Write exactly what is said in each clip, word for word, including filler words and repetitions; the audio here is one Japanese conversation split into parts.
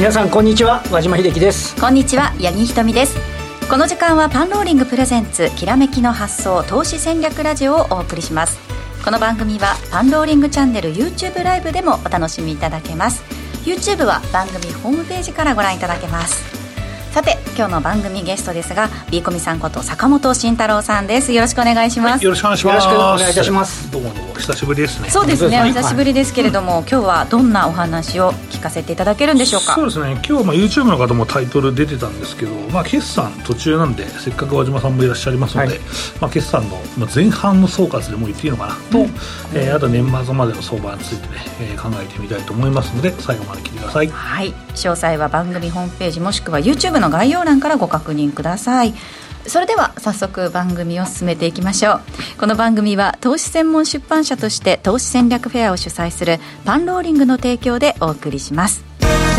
皆さんこんにちは、和島秀樹です。 こんにちは、八木ひとみです。この時間はパンローリングプレゼンツきらめきの発想投資戦略ラジオをお送りします。この番組はパンローリングチャンネル YouTube ライブでもお楽しみいただけます。 YouTube は番組ホームページからご覧いただけます。さて今日の番組ゲストですが B コミさんこと坂本慎太郎さんです。よろしくお願いします、はい、 よろしくお願いします。 よろしくお願いいたします。 どうもどうも久しぶりですね。 そうですね、 はい、 お久しぶりですけれども、はい、今日はどんなお話を聞かせていただけるんでしょうか。 そうですね、今日、まあ、YouTube の方もタイトル出てたんですけど、まあ、決算途中なんでせっかく和島さんもいらっしゃいますので、はい、まあ、決算の前半の総括でも言っていいのかなと、うん、えー、あと年末までの相場について、ね、えー、考えてみたいと思いますので最後まで聞いてください。 はい、詳細は番組ホームページもしくは YouTube の概要欄からご確認ください。それでは早速番組を進めていきましょう。この番組は投資専門出版社として投資戦略フェアを主催するパンローリングの提供でお送りします。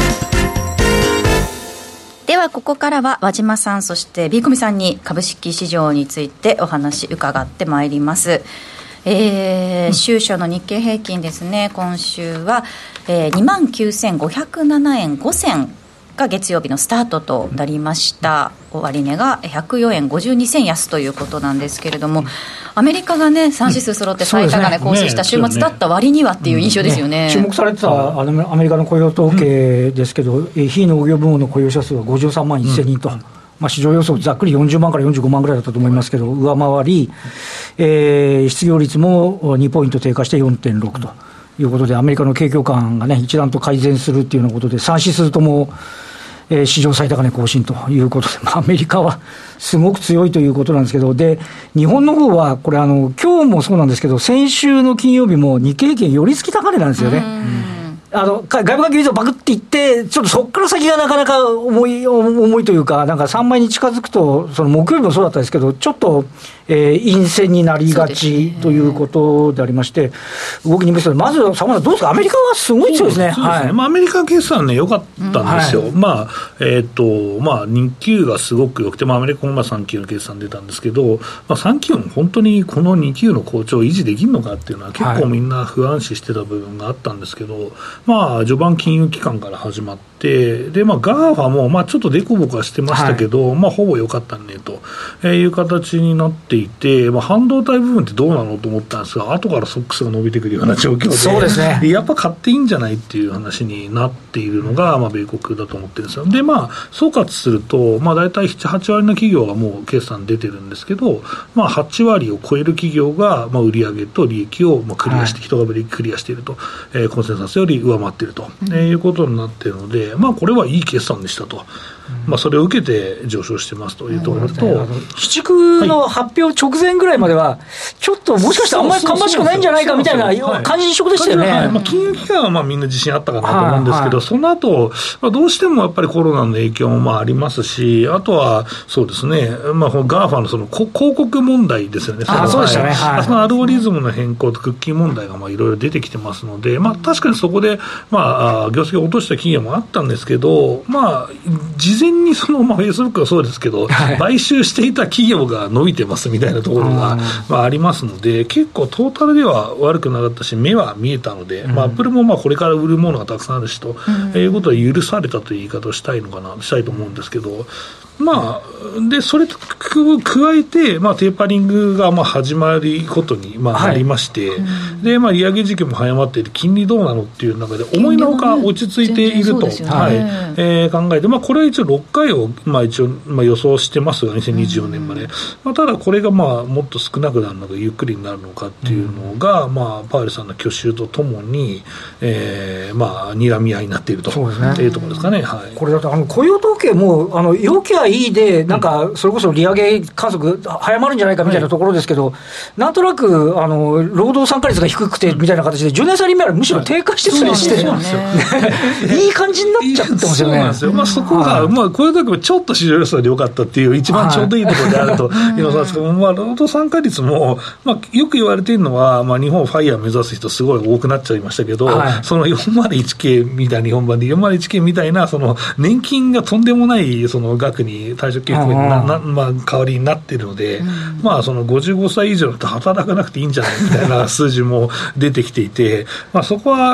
ではここからは和島さんそして B コミさんに株式市場についてお話伺ってまいります。えー、週初の日経平均ですね、今週は、えー、にまんきゅうせんごひゃくななえんごせんが月曜日のスタートとなりました。終値がひゃくよんえんごじゅうにせん安ということなんですけれども、アメリカがねさん指数揃って最高値更新した週末だった割にはっていう印象ですよね。 ね、注目されてたあのアメリカの雇用統計ですけど、うん、非農業部門の雇用者数はごじゅうさんまんせんにんと、うん、まあ、市場予想ざっくりよんじゅうまんからよんじゅうごまんぐらいだったと思いますけど上回り、えー、失業率もにポイント低下して よんてんろく ということで、アメリカの景況感がね一段と改善するっていうようなことでさん指数ともえー、史上最高値更新ということで、まあ、アメリカはすごく強いということなんですけど、で日本の方はこれあの今日もそうなんですけど、先週の金曜日も日経平均寄り付き高値なんですよね。あの外部環境率をバクっていって、ちょっとそこから先がなかなか重い重いというか、なんかさんまいに近づくと、その木曜日もそうだったんですけど、ちょっと、えー、陰線になりがちということでありまして、動きにくいです。まず坂本さんどうですか。アメリカはすごい強いですね。 そうですね、はい、まあ、アメリカ決算ね良かったんですよ。うん、はい、まあえーとまあ、に級がすごく良くて、まあ、アメリカもまあさん級の決算出たんですけど、まあ、さん級も本当にこのに級の好調を維持できるのかっていうのは結構みんな不安視してた部分があったんですけど、はい、まあ、序盤金融機関から始まってで、まあ、ガーファもまあちょっとデコボコはしてましたけど、はい、まあ、ほぼ良かったねという形になっていて、まあ、半導体部分ってどうなのと思ったんですが、後からソックスが伸びてくるような状況で、 そうですね、 やっぱ買っていいんじゃないっていう話になっているのが、まあ、米国だと思ってるんですよ。で、まあ、総括すると、まあ、大体なな、はち割の企業がもう決算出てるんですけど、まあ、はち割を超える企業が、まあ、売上と利益をまあクリアして、はい、一株でクリアしていると、えー、コンセンサスより上回っていると、うん、えー、いうことになっているので、まあ、これはいい決算でしたと、うん、まあ、それを受けて上昇してますというところと、うん、 鬼畜の発表直前ぐらいまでは、ちょっともしかしてあんまり芳しくないんじゃないかみたいな感じでしたよね。 はい、まあ、金融機関はまあみんな自信あったかなと思うんですけど、はいはい、その後、まあ、どうしてもやっぱりコロナの影響もまあありますし、あとはそうですね、まあ、ガーファのその広告問題ですよね。 あ、そうでしたね。はい、 そのアルゴリズムの変更とクッキー問題がいろいろ出てきてますので、まあ、確かにそこで、まあ、業績を落とした企業もあったんですけど、まあ、事前にその、まあ、フェイスブックはそうですけど、はい、買収していた企業が伸びてますみたいなところが、まあ、ありますので、結構トータルでは悪くなかったし、目は見えたので、うん、まあ、アップルもまあこれから売るものがたくさんあるしと、うん、いうことは許されたという言い方をしたいのかな、したいと思うんですけど、まあ、でそれと加えて、まあ、テーパリングがまあ始まることにまあなりまして、はい、でまあ、利上げ時期も早まっていて、金利どうなのっていう中で、思いのほか落ち着いていると、ね、はい、えー、考えて、まあ、これは一応ろっかいをまあ一応まあ予想してますが、にせんにじゅうよねんまで、まあ、ただこれがまあもっと少なくなるのか、ゆっくりになるのかっていうのが、まあ、パウエルさんの去就とともに、えーまあ、睨み合いになっているというところですかね。はい、 これだとあの雇用統計もあの要件いいで、なんかそれこそ利上げ加速早まるんじゃないかみたいなところですけど、はい、なんとなくあの労働参加率が低くてみたいな形でじゅうねん債利回りむしろ低下してたりして、はい、いい感じになっちゃってますよね。そうなんですよ。まあ、そこが、はい、まあ、これだけちょっと市場予想で良かったっていう一番ちょうどいいところであるというのなんですけど、まあ、労働参加率も、まあ、よく言われているのは、まあ、日本ファイヤー目指す人すごい多くなっちゃいましたけど、はい、その よんまるいちケー みたいな、日本版で よんまるいちケー みたいなその年金がとんでもないその額に対処給付になな、まあ、代わりになっているので、うん、まあ、そのごじゅうごさい以上だと働かなくていいんじゃないみたいな数字も出てきていて、まあ、そこは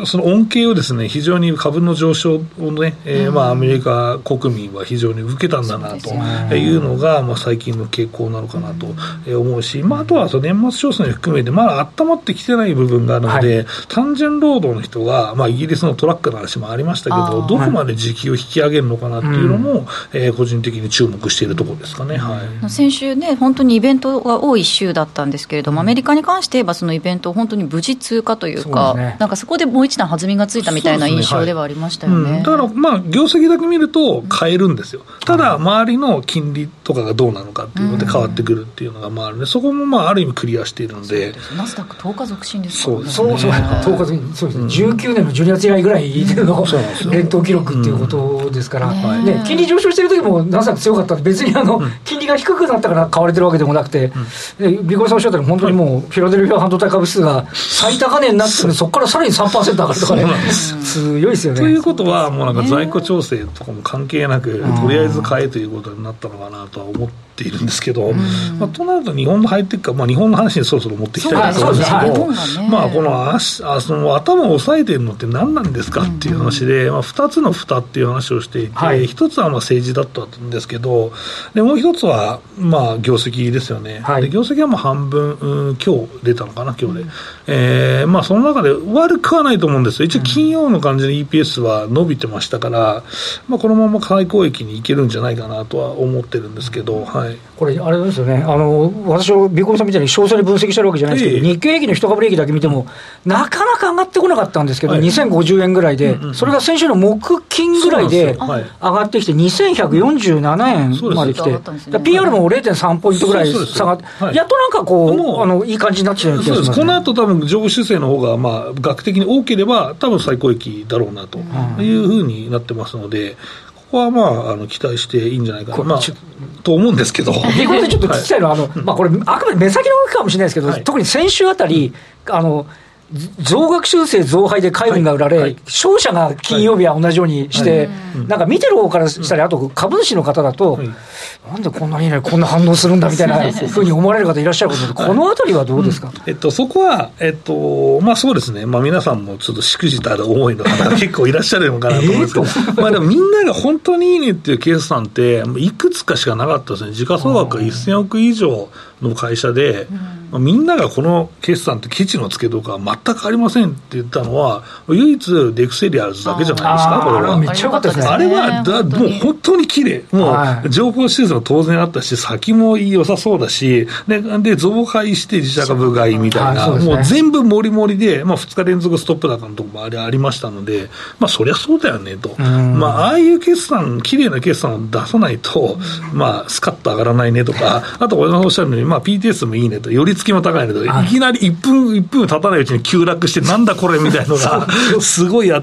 その恩恵をですね、非常に株の上昇をね、えーまあ、アメリカ国民は非常に受けたんだなというのが、まあ、最近の傾向なのかなと思うし、まあ、あとはその年末商戦を含めてまだ温まってきてない部分があるので、はい、単純労働の人が、まあ、イギリスのトラックの話もありましたけど、どこまで時給を引き上げるのかなっていうのも、うんえー、個人的に注目しているところですかね、はい、 先週ね、本当にイベントが多い週だったんですけれども、アメリカに関して言えばそのイベントを本当に無事通過というか、そうですね、なんかそこでもう一段弾みがついたみたいな印象ではありましたよね。 はいうん、だからまあ業績だけ見ると買えるんですよ。ただ周りの金利とかがどうなのかっていうので変わってくるっていうのがまああるので、そこもまあある意味クリアしているので、 ナスダックとおか続伸ですからね。 そうそうそう、とおか続伸、そうですね、じゅうきゅうねんのじゅうにがつ以来ぐらいでの連投記録っていうことですから、うんね、金利上昇してる時もナスダック強かったんで、別にあの、うん、金利が低くなったから買われてるわけでもなくて、うん、ビコリさんおっしゃったように本当にもうフィラデルフィア半導体株指数が最高値になって、そこからさらに さんパーセント 上がるとかね、強いですよね。 ということはもうなんか在庫調整とかも関係なく、とりあえず買えということになったのかなとは思っているんですけど、まあ、となると日本のハイテクか、まあ、日本の話にそろそろ持っていきたいと思うんですけど、まあ、この足あその頭を押さえてるのって何なんですかっていう話で、まあ、ふたつの蓋っていう話をしていて、はい、ひとつはまあ政治だったんですけど、でもう一つはまあ業績ですよね、はい、で業績はもう半分、うん、今日出たのかな今日で、うんえーまあ、その中で悪くはないと思うんですよ。一応金曜の感じで イーピーエス は伸びてましたから、まあ、このまま最高益にいけるんじゃないかなとは思ってるんですけど、はい、これあれですよね、あの私はビコミさんみたいに詳細に分析してるわけじゃないですけど、えー、日経平均の一株利益だけ見てもなかなか上がってこなかったんですけど、はい、にせんごじゅうえんぐらいで、うんうんうん、それが先週の木金ぐらいで上がってきてにせんひゃくよんじゅうななえんまで来て、うん、ピーアール も れいてんさん ポイントぐらい下がって、はい、やっとなんかこうあのいい感じになってきてる気がします、ね、 この後多分上部修正の方がまあ額的に多ければ多分最高益だろうなというふうになってますので、ここはまああの期待していいんじゃないかな、まあ、と思うんですけど、 これでちょっと聞きたいのは、はい、あのまあ、これあくまで目先の動きかもしれないですけど、はい、特に先週あたりあの増額修正増配で海運が売られ、はいはい、商社が金曜日は同じようにして、はいはい、なんか見てる方からしたら、あと株主の方だと、はい、なんでこんなに、ね、こんな反応するんだみたいなふうに思われる方いらっしゃることで、このあたりはどうですか。うんえっと、そこは、えっとまあ、そうですね、まあ、皆さんもちょっとしくじた思いの方が結構いらっしゃるのかなと思うんですけど、えー、まあでもみんなが本当にいいねっていう決算っていくつかしかなかったですね。時価総額がせんおく以上の会社で、まあ、みんながこの決算ってケチのつけどころは全くありませんって言ったのは唯一デクセリアルズだけじゃないですか。これはめっちゃ良かったですね。 あれはだもう本当に綺麗、もう情報シーズンも当然あったし、先も良さそうだし、でで増配して自社株買いみたいな、う、ね、もう全部もりもりで、まあ、ふつか連続ストップ高のところもありありましたので、まあ、そりゃそうだよねと、まあ、ああいう決算綺麗な決算を出さないと、まあ、スカッと上がらないねとか、あと小田さんおっしゃるように、まあ、ピーティーエス もいいねと、寄り付きも高いねと、いきなりいっぷんいっぷん経たないうちに急落してなんだこれみたいなのがすごいあって、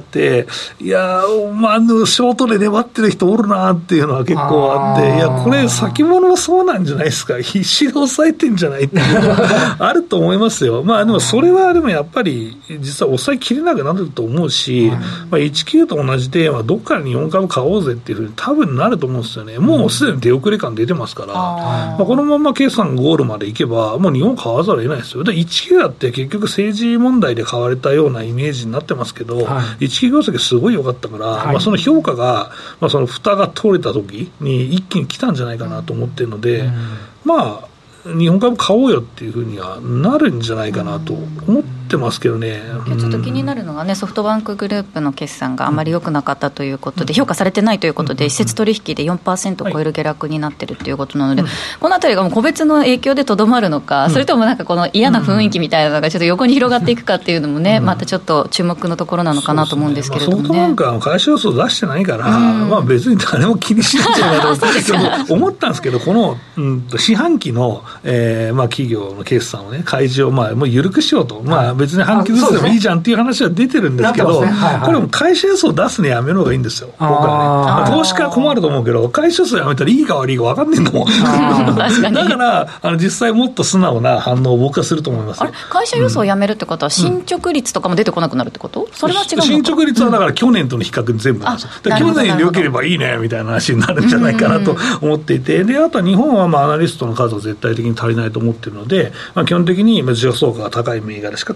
いやー、まあ、ショートで粘ってる人おるなっていうのは結構あって、いやこれ先物もそうなんじゃないですか、必死で抑えてんじゃないっていうのがあると思いますよ。まあでもそれはでもやっぱり実は抑えきれなくなると思うし、まあ、いちきゅうと同じで、まあ、どっかに日本株買おうぜっていうふうに多分なると思うんですよね。もうすでに出遅れ感出てますから、まあ、このまま決算ゴールまでいけばもう日本買わざるを得ないですよ。でいちきゅうだって結局政治問題で買われたようなイメージになってますけど、はい、いちきゅう業績すごい良かったから、はい、まあ、その評価が、まあ、その蓋が取れた時に一気に来たんじゃないかなと思ってるので、うん、まあ日本株買おうよっていうふうにはなるんじゃないかなと思ってますけどね。 うん、ちょっと気になるのがね、ソフトバンクグループの決算があまり良くなかったということで、評価されてないということで、施設取引で よんパーセント を超える下落になっているということなので、はい、このあたりがもう個別の影響でとどまるのか、うん、それともなんかこの嫌な雰囲気みたいなのがちょっと横に広がっていくかっていうのもね、うん、またちょっと注目のところなのかなと思うんですけれどもね。 ソフトバンクは会社予想出してないから、うん、まあ、別に誰も気にしないんじゃないかと思ったんですけど、この、うん、四半期の、えーまあ企業の決算をね、開示をまあもう緩くしようと、まあ、別に半期ずつでもいいじゃんっていう話は出てるんですけど、ね、はいはい、これも会社予想出すのやめるのがいいんですよ、僕はね。投資家は困ると思うけど、会社予想やめたらいいか悪いか分かんないんだもん。だからあの実際もっと素直な反応を僕はすると思いますよ。 あれ、会社予想をやめるってことは、進捗率とかも出てこなくなるってこと、うん、それは違うのか。 進捗率はだから去年との比較に全部なんですよ。だから去年良ければいいねみたいな話になるんじゃないかなと思っていて、であとは日本はまあアナリストの数が絶対的に足りないと思っているので、まあ、基本的に時価総価が高い銘柄しか来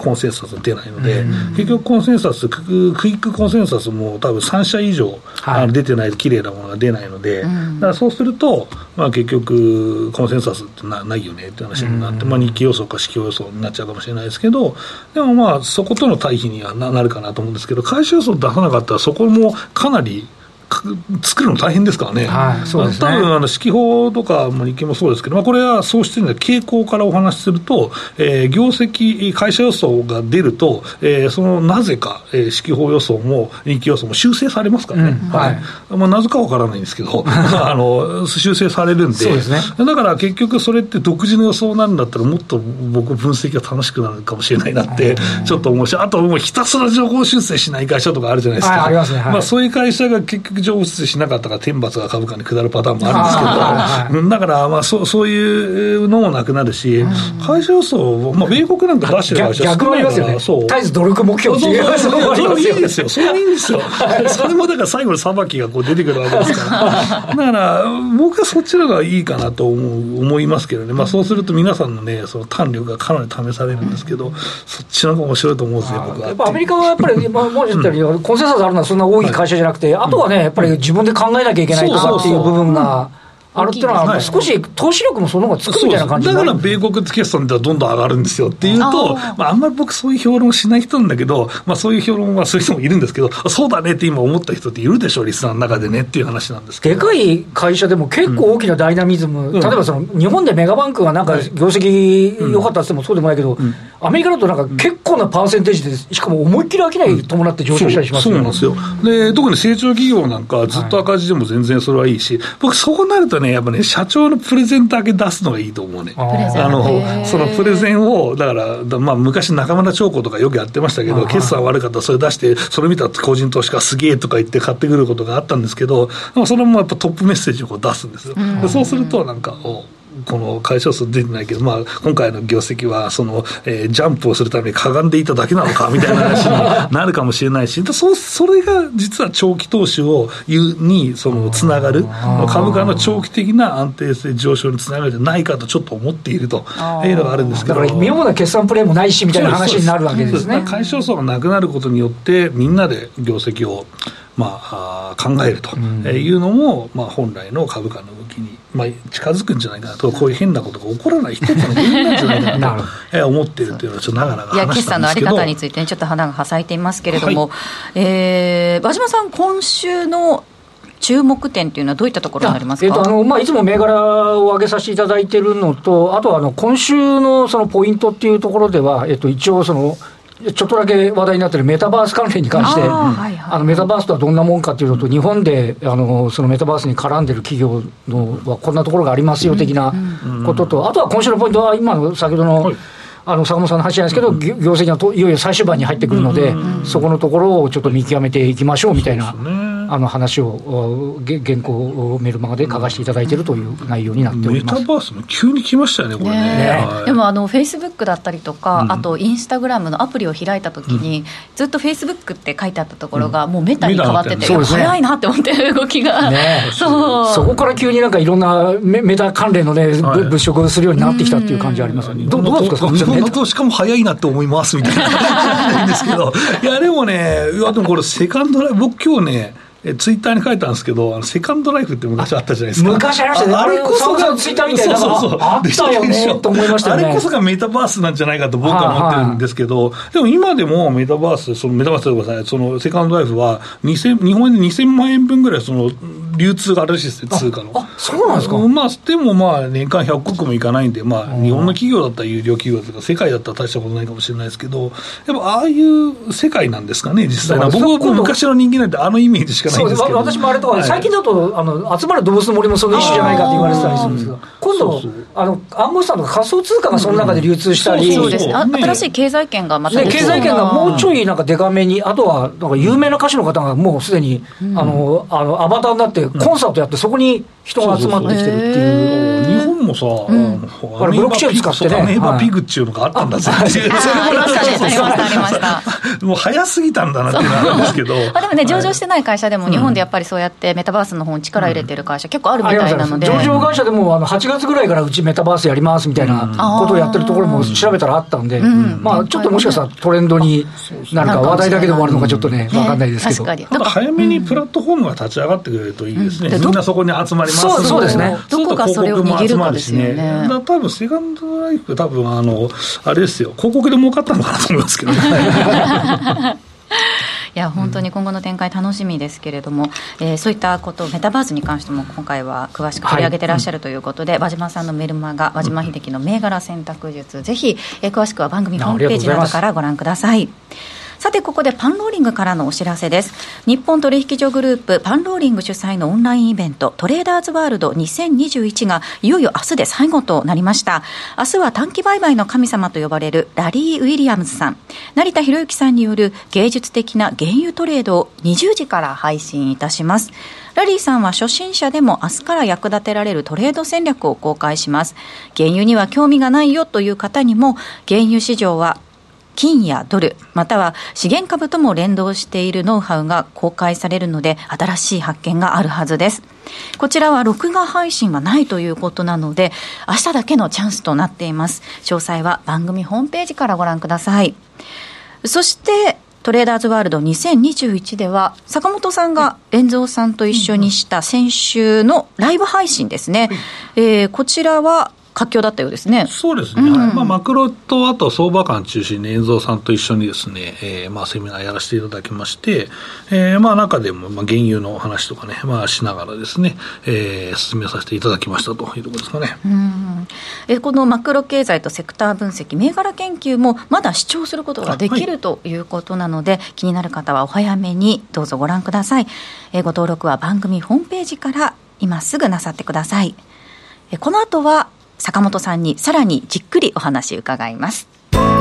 コンセンサス出ないので、結局コンセンサスクイックコンセンサスも多分さん社以上、はい、あの出てないと綺麗なものが出ないので、だからそうすると、まあ、結局コンセンサスってなないよねって話になって、まあ、日記予想か指標予想になっちゃうかもしれないですけど、でもまあそことの対比には な, なるかなと思うんですけど、会社予想出さなかったらそこもかなり作るの大変ですからね、はい、そうですね。多分あの指揮法とかも日経もそうですけど、まあ、これはそうしてるので傾向からお話しすると、えー、業績会社予想が出ると、えー、そのなぜか、えー、指揮法予想も日経予想も修正されますからね、うんはいはいまあ、なぜかわからないんですけどあの修正されるん で, そうです、ね、だから結局それって独自の予想なんだったらもっと僕分析が楽しくなるかもしれないなってちょっと思うし、あともうひたすら情報修正しない会社とかあるじゃないですか、はいありますねはいまあ、そういう会社が結局情報修正しなかったから天罰が株価に下るパターンもあるんですけど、だからまあ そ, そういうのもなくなるし、会社予想、まあ、米国なんか出してる会社逆もありますよね。絶えず努力目標っていう、 それいいですよ、それはいいんですよそれもだから最後の裁きがこう出てくるわけですからだから僕はそっちの方がいいかなと思う思いますけどね、まあ、そうすると皆さんのねその胆力がかなり試されるんですけど、そっちの方が面白いと思うんですよ僕は。 やっぱアメリカはやっぱり、まあ、もう言ったようにコンセンサスあるのはそんな多い会社じゃなくて、はい、あとはねやっぱり自分で考えなきゃいけないとかっていう部分があるっていうのは少し投資力もその方がつくみたいな感じになる。 だから米国決算ではどんどん上がるんですよっていうと、あ,、まあ、あんまり僕そういう評論しない人なんだけど、まあ、そういう評論はそういう人もいるんですけど、そうだねって今思った人っているでしょリスナーの中でねっていう話なんですけど、 でかい会社でも結構大きなダイナミズム、うん、例えばその日本でメガバンクがなんか業績良かったって言ってもそうでもないけど、うん、アメリカだとなんか結構なパーセンテージでしかも思いっきり商い伴って上昇したりしますよね、 うん、そう、そうなんですよ。で特に成長企業なんかずっと赤字でも全然それはいいし、はい、僕そうなるとねやっぱね社長のプレゼンだけ出すのがいいと思うね。ああのそのプレゼンをだから、まあ、昔中村長子とかよくやってましたけど、決算悪かったらそれ出してそれ見たら個人投資家すげえとか言って買ってくることがあったんですけど、それもやっぱトップメッセージをこう出すんですよ。でそうするとなんかおこの会社数出てないけど、まあ、今回の業績はその、えー、ジャンプをするためにかがんでいただけなのかみたいな話になるかもしれないしそ, それが実は長期投資をにそのつながる株価の長期的な安定性上昇につながるんじゃないかとちょっと思っているというのがあるんですけど、 だから妙な決算プレーもないしみたいな話になるわけですね。 会社予想がなくなることによってみんなで業績をまあ、考えるというのも、うんまあ、本来の株価の動きに、まあ、近づくんじゃないかなと、こういう変なことが起こらない一つの原因なんじゃないかなと思っているというのはちょっとながらが話したんですけど、いや決算のあり方について、ね、ちょっと花がはさいていますけれども、はいえー、和島さん今週の注目点というのはどういったところになりますか。 えーとあのまあ、いつも銘柄を上げさせていただいているのと、あとはあの今週 の, そのポイントっていうところでは、えー、と一応そのちょっとだけ話題になっているメタバース関連に関して、あ、はいはい、あのメタバースとはどんなもんかというのと、日本であのそのメタバースに絡んでいる企業のはこんなところがありますよ的なことと、うんうん、あとは今週のポイントは今の先ほどの、はい、あの坂本さんの話じゃないですけど、うん、業績がといよいよ最終盤に入ってくるので、うんうん、そこのところをちょっと見極めていきましょうみたいな、あの話を原稿をメルマガで書かせていただいているという内容になっております。 メタバースも急に来ましたよねこれ ね, ね、 はい、でもあのフェイスブックだったりとか、うん、あとインスタグラムのアプリを開いたときに、うん、ずっとフェイスブックって書いてあったところが、うん、もうメタに変わってて、て、ね、早いなって思ってる動きが、ね、 そうそこから急になんかいろんなメ, メタ関連の、ねはい、物色をするようになってきたっていう感じありますよね。ど, どうですか、 日本の投資家も早いなって思いますみたいな感じですけどいやでもね、いやでもこれセカンドライフ、僕今日ねえツイッターに書いたんですけど、あのセカンドライフって昔あったじゃないですか。 昔ありましたね。 あ, あれこそがツイッターみたいなのがあったよねと思いましたね。 あれこそがメタバースなんじゃないかと僕は思ってるんですけど、はあはあ、でも今でもメタバース、そのメタバースというかそのセカンドライフはにせん日本円でにせんまんえんぶんぐらいその流通があるらしいですね、通貨の。 あ、そうなんですか。 まあ、でもまあ年間ひゃっこくもいかないんで、まあ、日本の企業だったら有料企業とか世界だったら大したことないかもしれないですけど、やっぱああいう世界なんですかね実際は。僕は昔の人間なんてあのイメージしかないんですけど。 私もあれとか、はい、最近だとあの集まる動物の森もその一種じゃないかって言われてたりするんですけど、今度そうそうあの暗号資産とか仮想通貨がその中で流通したり、 そうですね、新しい経済圏がまた、 ね、経済圏がもうちょいなんかデカめに、あとはなんか有名な歌手の方がもうすでに、うん、あのあのアバターになってコンサートやって、そこに人が集まってきてるっていう。 日本もさ、 うん、あれブロックチェーン使ってね、 アメーバピグっていうのがあったんだぜ、はい、 ありましたね、ありましたありまましたもう早すぎたんだなっていうのはあるんですけどあでもね、上場してない会社でも日本でやっぱりそうやってメタバースの方に力入れてる会社結構あるみたいなので、 上場会社でもあのはちがつぐらいからうちメタバースやりますみたいなことをやってるところも調べたらあったんで、まあちょっともしかしたらトレンドになるか、話題だけで終わるのかちょっとね分かんないですけど、 確かにただ早めにプラットフォームが立ち上がってくれるといいですね、みんなそこに集まりますので、 そうですね、 どこがそれを握るかですよね。 だから多分セカンドライフ、多分あのあれですよ、広告で儲かったのかなと思いますけどねいや本当に今後の展開楽しみですけれども、うんえー、そういったことメタバースに関しても今回は詳しく取り上げてらっしゃるということで、はい、和島さんのメルマガ和島秀樹の銘柄選択術、うん、ぜひ、えー、詳しくは番組ホームページなどからご覧ください。さてここでパンローリングからのお知らせです。日本取引所グループパンローリング主催のオンラインイベントトレーダーズワールドにせんにじゅういちがいよいよ明日で最後となりました。明日は短期売買の神様と呼ばれるラリー・ウィリアムズさん、成田博之さんによる芸術的な原油トレードをにじゅうじから配信いたします。ラリーさんは初心者でも明日から役立てられるトレード戦略を公開します。原油には興味がないよという方にも原油市場は金やドルまたは資源株とも連動しているノウハウが公開されるので新しい発見があるはずです。こちらは録画配信はないということなので明日だけのチャンスとなっています。詳細は番組ホームページからご覧ください。そしてトレーダーズワールドにせんにじゅういちでは坂本さんが遠蔵さんと一緒にした先週のライブ配信ですね、えー、こちらは活況だったようですね。 そうですね、うんはいまあ、マクロとあと相場感中心に遠蔵さんと一緒にですね、えーまあ、セミナーやらせていただきまして、えーまあ、中でもまあ原油の話とかね、まあ、しながらですね、えー、進めさせていただきましたというところですかね。 うんえこのマクロ経済とセクター分析銘柄研究もまだ視聴することができる、はい、ということなので気になる方はお早めにどうぞご覧ください。えご登録は番組ホームページから今すぐなさってください。えこの後は坂本さんにさらにじっくりお話伺います。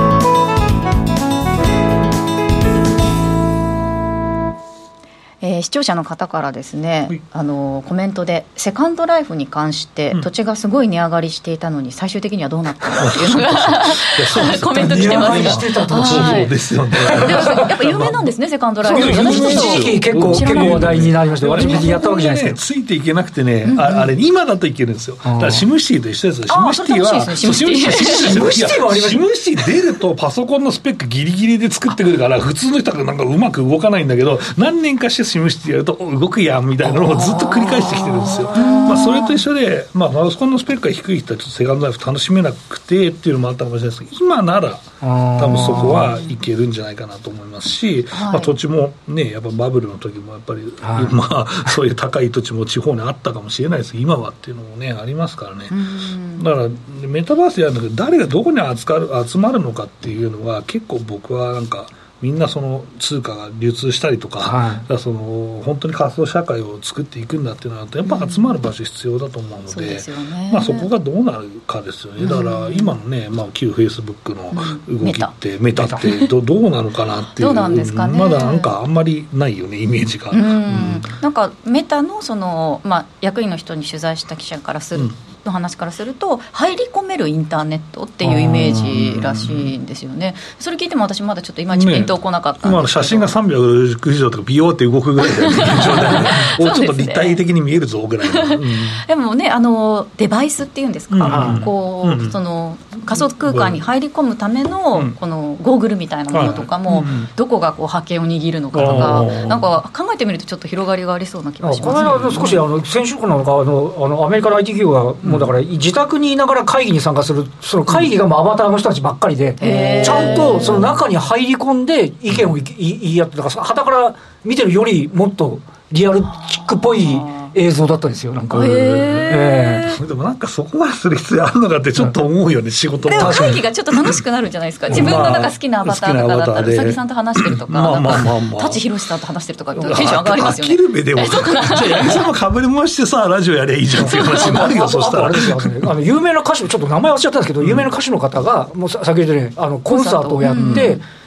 えー、視聴者の方からですね、あのコメントでセカンドライフに関して、うん、土地がすごい値上がりしていたのに最終的にはどうなったかっていうのがコメント来てますが、値上がりしてた土地、はい、そうですよね。でもやっぱ有名なんですねセカンドライフ。 一時期結構結構話題になりました。私別にやったわけじゃないですけど、 ついていけなくてね、うんうん、あ, あれ今だといけるんですよ。だからシムシティと一緒ですよ。シムシティはシムシティはシムシティ出るとパソコンのスペックギリギリで作ってくるから普通の人がなんかうまく動かないんだけど、何年かしてシムシティやると動くやんみたいなのをずっと繰り返してきてるんですよ。まあ、それと一緒で、まあ、パソコンのスペックが低い人はちょっとセカンドライフ楽しめなくてっていうのもあったかもしれないですけど、今なら多分そこはいけるんじゃないかなと思いますし、はいまあ、土地もねやっぱバブルの時もやっぱり、はいまあ、そういう高い土地も地方にあったかもしれないですけど今はっていうのもねありますからね。だからメタバースやるんだけど誰がどこに集かる集まるのかっていうのは結構僕はなんかみんなその通貨が流通したりとか、はい、だその本当に活動社会を作っていくんだっていうのはやっぱ集まる場所必要だと思うので、うん そ, うねまあ、そこがどうなるかですよね。だから今のね、まあ、旧フェイスブックの動きって、うん、メタってど, どうなのかなっていうどうなんですかね。 まだなんかあんまりないよねイメージが、うんうん、 なんかメタ の, その、まあ、役員の人に取材した記者からする、うんの話からすると入り込めるインターネットっていうイメージらしいんですよね。それ聞いても私まだちょっといまいちピンとこなかったんですけど、ね、今の写真がさんびゃくろくじゅうどとかビヨーって動くぐらいで現状で、ね、ちょっと立体的に見えるぞぐらいの、うん、 でもねあのデバイスっていうんですか、うん、こう、うん、その仮想空間に入り込むための、うん、このゴーグルみたいなものとかも、うん、どこがこう覇権を握るのかとか、うん、なんか考えてみるとちょっと広がりがありそうな気がします、ね、 この間少しあの先週かなんかあのあのアメリカの アイティー 企業がもうだから自宅にいながら会議に参加するその会議がもうアバターの人たちばっかりで、うん、ちゃんとその中に入り込んで意見を言い合ってだから傍から見てるよりもっとリアルチックっぽい映像だったんですよなんか。へえー、でもなんかそこまでする必要あるのかってちょっと思うよね、うん、仕事も。 でも会議がちょっと楽しくなるんじゃないですか。自分のなんか好きなアバターとかだったらうさぎさんと話してるとか、まあまあまあまあ、舘ひろしさんと話してるとかテンション上がりますよね。飽きる目でもじゃあ八木さんもかぶり回してさラジオやりゃいいじゃんっていう話になるよ。そしたらあれですよ、 ね、あの有名な歌手ちょっと名前忘れちゃったんですけど、うん、有名な歌手の方がもう先ほどねあのコンサートをやって、うん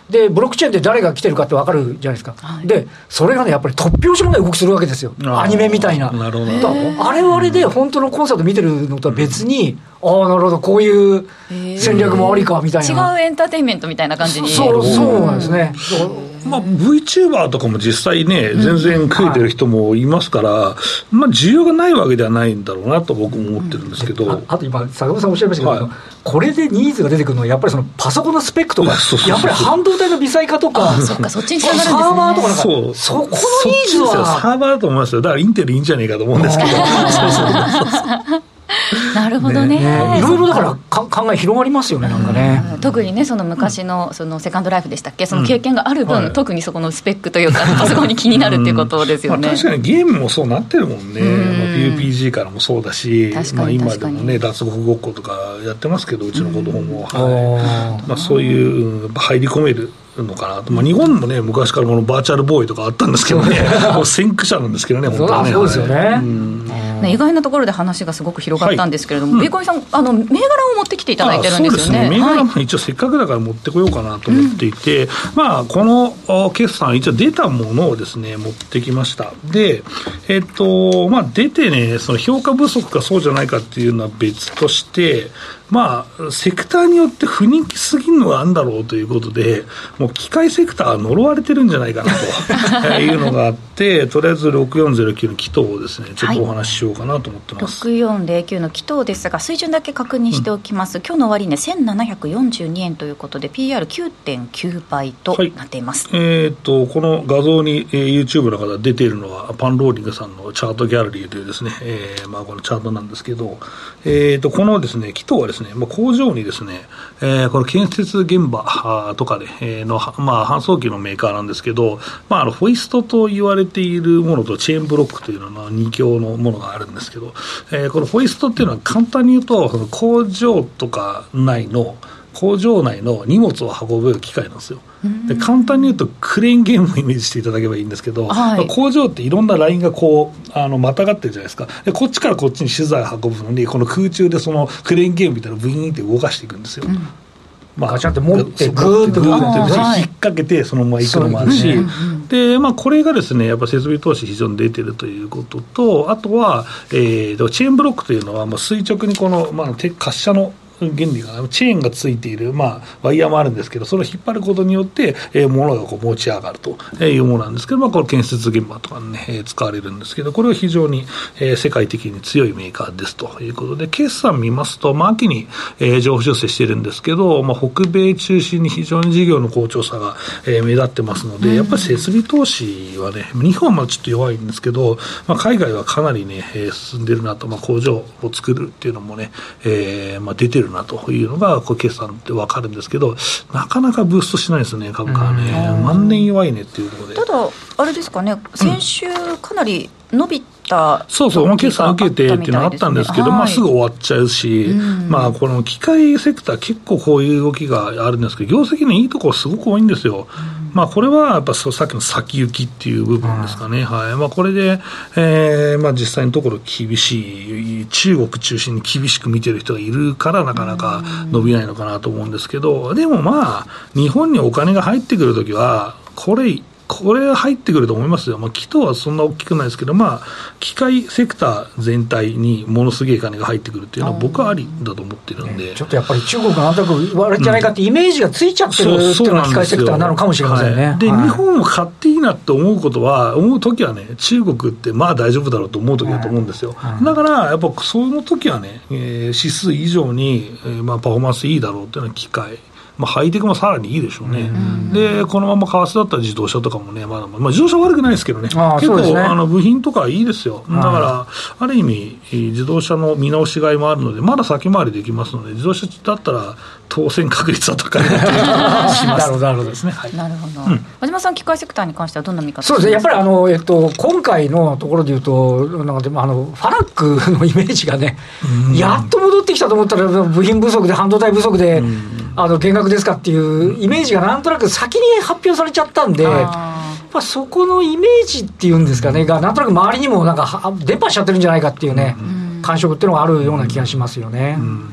でブロックチェーンで誰が来てるかって分かるじゃないですか、はい、でそれがねやっぱり突拍子もない動きするわけですよ、アニメみたいな。 なるほど。 あれはあれで本当のコンサート見てるのとは別に、うん、ああなるほどこういう戦略もありかみたいな、 違うエンターテインメントみたいな感じに。 そうそうなんですね。 まあ、VTuber とかも実際ね全然食えてる人もいますから、うんはい、まあ、需要がないわけではないんだろうなと僕も思ってるんですけど、うん、 あ, あと今坂本さんおっしゃいましたけど、はい、これでニーズが出てくるのはやっぱりそのパソコンのスペックとかやっぱり半導体の微細化とかそっかそっちにつながるんですね。 サーバーとかなんかそ, そこのニーズはサーバーだと思いますよ。だからインテルいいんじゃないかと思うんですけどそうそうそうなるほど ね, ねいろいろだからか考え広がりますよね、なんかね、 うん、特にねその昔 の, そのセカンドライフでしたっけ、その経験がある分、うんはい、特にそこのスペックというかパソコンに気になるっていうことですよね、 うんまあ、確かにゲームもそうなってるもんね、うんまあ、ピーユーピージー からもそうだし、まあ、今でもね脱獄ごっことかやってますけどうちの子供も、うんはいまあ、そういう、うん、入り込めるのかなと、まあ、日本もね昔からこのバーチャルボーイとかあったんですけどねもう先駆者なんですけどね本当はね。 そうですよね、はいうんね、意外なところで話がすごく広がったんですけれども、ビーコミさんあの銘柄を持ってきていただいてるんですよね。 そうですね、銘柄も一応せっかくだから持ってこようかなと思っていて、うんまあ、この決算一応出たものをですね持ってきました。で、えっとまあ、出てねその評価不足かそうじゃないかっていうのは別としてまあ、セクターによって不人気すぎるのがあるんだろうということでもう機械セクターは呪われてるんじゃないかなというのがあってとりあえずろくよんぜろきゅうのキトをですねちょっとお話ししようかなと思ってます、 はい、ろくよんぜろきゅうのキトですが水準だけ確認しておきます、うん、今日の終値せんななひゃくよんじゅうにえんということで ピーアールきゅうてんきゅう 倍となっています、 はいえー、とこの画像に、えー、YouTube の方出ているのはパンローリングさんのチャートギャラリーというですね、えーまあ、このチャートなんですけど、えー、とこのですねキトはですね、まあ、工場にですね、えー、この建設現場とかで、えー、の、まあ、搬送機のメーカーなんですけど、まあ、あのホイストと言われているものとチェーンブロックというのはに強のものがあるんですけど、えー、このホイストっていうのは簡単に言うとその工場とか内の工場内の荷物を運ぶ機械なんですよ。で簡単に言うとクレーンゲームをイメージしていただければいいんですけど、はいまあ、工場っていろんなラインがこうあのまたがってるじゃないですか。でこっちからこっちに資材を運ぶのにこの空中でそのクレーンゲームみたいなのをブイーンって動かしていくんですよ、うんまあ、 ガチャンって持ってグーッとグーッて引っ掛けてそのまま行くのもあるし、で、まあ、これがですねやっぱ設備投資非常に出てるということとあとは、えー、チェーンブロックというのはもう垂直にこの、まあ、滑車の原理がチェーンがついている、まあ、ワイヤーもあるんですけどそれを引っ張ることによって、えー、物がこう持ち上がるというものなんですけど、まあ、これ建設現場とかに、ねえー、使われるんですけどこれは非常に、えー、世界的に強いメーカーですということで決算見ますと、まあ、秋に、えー、上方修正してるんですけど、まあ、北米中心に非常に事業の好調さが、えー、目立ってますのでやっぱり設備投資はね日本はまだちょっと弱いんですけど、まあ、海外はかなりね、えー、進んでるなと、まあ、工場を作るっていうのもね、えーまあ、出てるなというのがこう決算って分かるんですけどなかなかブーストしないですね株価はね万年弱いねっていうところで。 ただあれですかね先週かなり伸びた、 うん、そうそう決算受けてっていうのがあったんですけど、はいまあ、すぐ終わっちゃうし、うんまあ、この機械セクター結構こういう動きがあるんですけど業績のいいところすごく多いんですよ、うんまあ、これはやっぱさっきの先行きっていう部分ですかね、うんはいまあ、これで、えーまあ、実際のところ厳しい中国中心に厳しく見てる人がいるからなかなか伸びないのかなと思うんですけどでもまあ日本にお金が入ってくるときはこれこれ入ってくると思いますよ、まあ、キトはそんな大きくないですけど、まあ、機械セクター全体にものすげえ金が入ってくるっていうのは僕はありだと思ってるんで、 ね、ちょっとやっぱり中国がなんとなく悪いんじゃないかってイメージがついちゃってるっていうのが機械セクターなのかもしれませんね。 はい、で、はい、日本を買っていいなって思うことは思うときはね中国ってまあ大丈夫だろうと思うときだと思うんですよ、はい、だからやっぱそのときはね、えー、指数以上に、えーまあ、パフォーマンスいいだろうっていうのは機械まあ、ハイテクもさらにいいでしょうね、うん、でこのまま為替だったら自動車とかもねまだまあ、自動車は悪くないですけどね結構、ね、あの部品とかいいですよだからある意味自動車の見直しがいもあるのでまだ先回りできますので自動車だったら当選確率は高いなという気がしますなるほどですね、 はい、なるほど、うん、和島さん機械セクターに関してはどんな見方そうですねやっぱりあの、えっと、今回のところでいうとなんかでもあのファラックのイメージがね、うん、やっと戻ってきたと思ったら部品不足で半導体不足で、うん、あの減額ですかっていうイメージがなんとなく先に発表されちゃったんでやっぱそこのイメージっていうんですかねがなんとなく周りにもなんか伝播しちゃってるんじゃないかっていうね、うん、感触っていうのがあるような気がしますよね、うん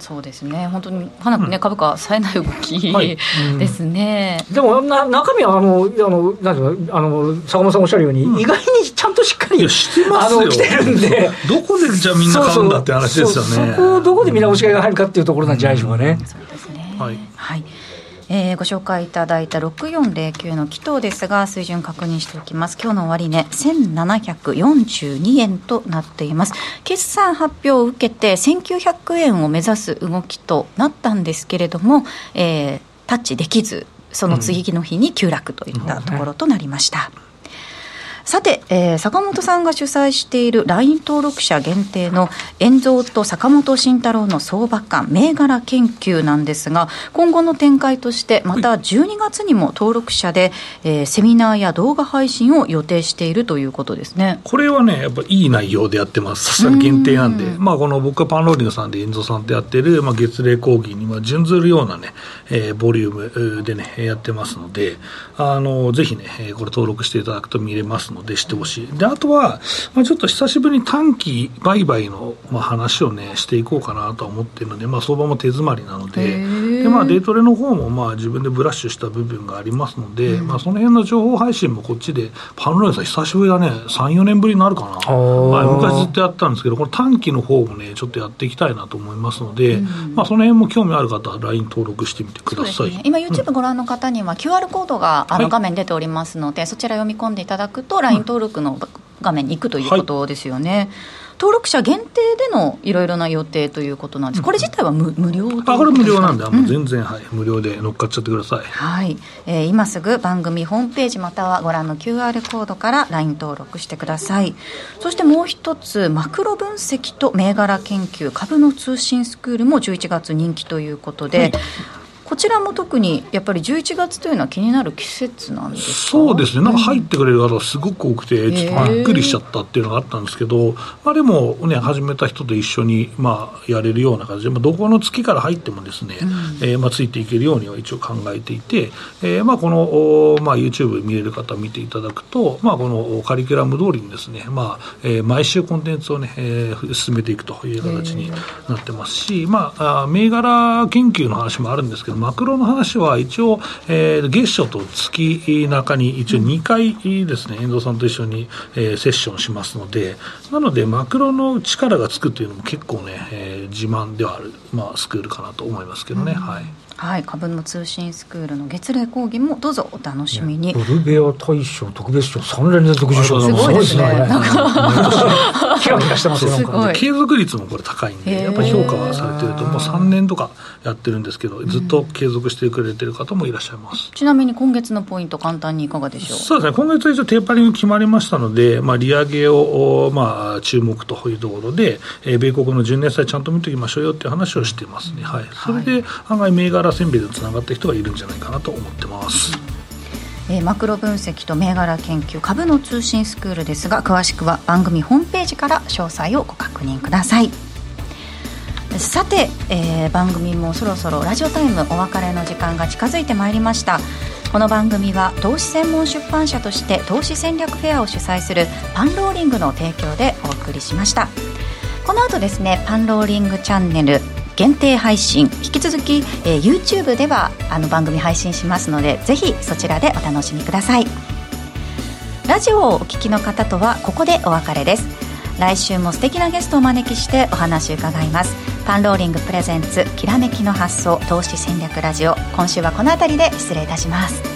そうですね、本当に花くね、うん、株価冴えない動き、はい、ですね、 うん、でもな中身はあのあのなんていうのあの坂本さんおっしゃるように、うん、意外にちゃんとしっかりしてますよ、 あの来てるんで、 どこでじゃあみんな買うんだって話ですよね。 そうそう、そこをどこで見直しがいが入るかっていうところなんじゃないでしょうかね、 うん、そうですね、 はい、 はい、えー、ご紹介いただいたろくよんぜろきゅうのキトですが、水準確認しておきます。今日の終値せんななひゃくよんじゅうにえんとなっています。決算発表を受けてせんきゅうひゃくえんを目指す動きとなったんですけれども、えー、タッチできず、その次の日に急落といったところとなりました、うん、さて、えー、坂本さんが主催している ライン 登録者限定の円蔵と坂本慎太郎の相場感銘柄研究なんですが、今後の展開としてまたじゅうにがつにも登録者で、えー、セミナーや動画配信を予定しているということですね。 これはねやっぱいい内容でやってます。さすがに限定なんで、まあ、この僕はパンローリングさんで円蔵さんとやってる、まあ、月例講義に準ずるようなね、えー、ボリュームでねやってますので、あのぜひねこれ登録していただくと見れますのでしてほしい。であとは、まあ、ちょっと久しぶりに短期売買の、まあ、話をねしていこうかなと思っているので、まあ、相場も手詰まりなので、で、まあ、デイトレの方もまあ自分でブラッシュした部分がありますので、まあ、その辺の情報配信もこっちでパンローリングさん久しぶりだね、 さんよねんぶりになるかな、まあ、昔ずっとやったんですけど、この短期の方もねちょっとやっていきたいなと思いますので、まあ、その辺も興味ある方は ライン 登録してみてください、 ね、今 YouTube ご覧の方には キューアール コードがあの画面に出ておりますので、はい、そちら読み込んでいただくと ライン 登録の画面に行くということですよね、はい、登録者限定でのいろいろな予定ということなんです。これ自体は 無, 無料ということですか？ あ、これ無料なんで、もう全然、うん、はい、無料で乗っかっちゃってください、 はいえー、今すぐ番組ホームページまたはご覧の キューアール コードから ライン 登録してください。そしてもう一つ、マクロ分析と銘柄研究株の通信スクールもじゅういちがつ人気ということで、はい、こちらも特にやっぱりじゅういちがつというのは気になる季節なんですか？ そうですね、なんか入ってくれる方がすごく多くて、ちょっとびっくりしちゃったっていうのがあったんですけど、まあ、でもね始めた人と一緒にまあやれるような感じで、まあ、どこの月から入ってもですね、うんえー、まあついていけるようには一応考えていて、えー、まあこの、まあ、YouTube 見れる方見ていただくと、まあ、このカリキュラム通りにですね、まあえー、毎週コンテンツをね、えー、進めていくという形になってますし、まあ、あ銘柄研究の話もあるんですけど、マクロの話は一応、えー、月初と月中に一応にかいですね、遠藤さんと一緒に、えー、セッションしますので、なのでマクロの力がつくというのも結構ね、えー、自慢ではある、まあ、スクールかなと思いますけどね、うんはいはい、株の通信スクールの月例講義もどうぞお楽しみに、 ね、ブルベア大賞特別賞さんれん連続受賞、 すごいですね、なんかキラキラしてますよ。 すごい継続率もこれ高いんで、やっぱり評価はされてると、もうさんねんとかやってるんですけど、ずっと継続してくれてる方もいらっしゃいます、 うん、ちなみに今月のポイント簡単にいかがでしょう？ そうですね、今月は一応テーパリング決まりましたので、まあ、利上げを、まあ、注目というところで、えー、米国のじゅうねん債ちゃんと見ておきましょうよっていう話をしてますね、はい、それで案外銘柄選別でつながって人がいるんじゃないかなと思ってます、 えー、マクロ分析と銘柄研究株の通信スクールですが、詳しくは番組ホームページから詳細をご確認ください。さて、えー、番組もそろそろラジオタイムお別れの時間が近づいてまいりました。この番組は投資専門出版社として投資戦略フェアを主催するパンローリングの提供でお送りしました。この後ですね、パンローリングチャンネル限定配信、引き続き、えー、YouTube ではあの番組配信しますので、ぜひそちらでお楽しみください。ラジオをお聞きの方とはここでお別れです。来週も素敵なゲストをお招きしてお話を伺います。パンローリングプレゼンツきらめきの発想投資戦略ラジオ、今週はこの辺りで失礼いたします。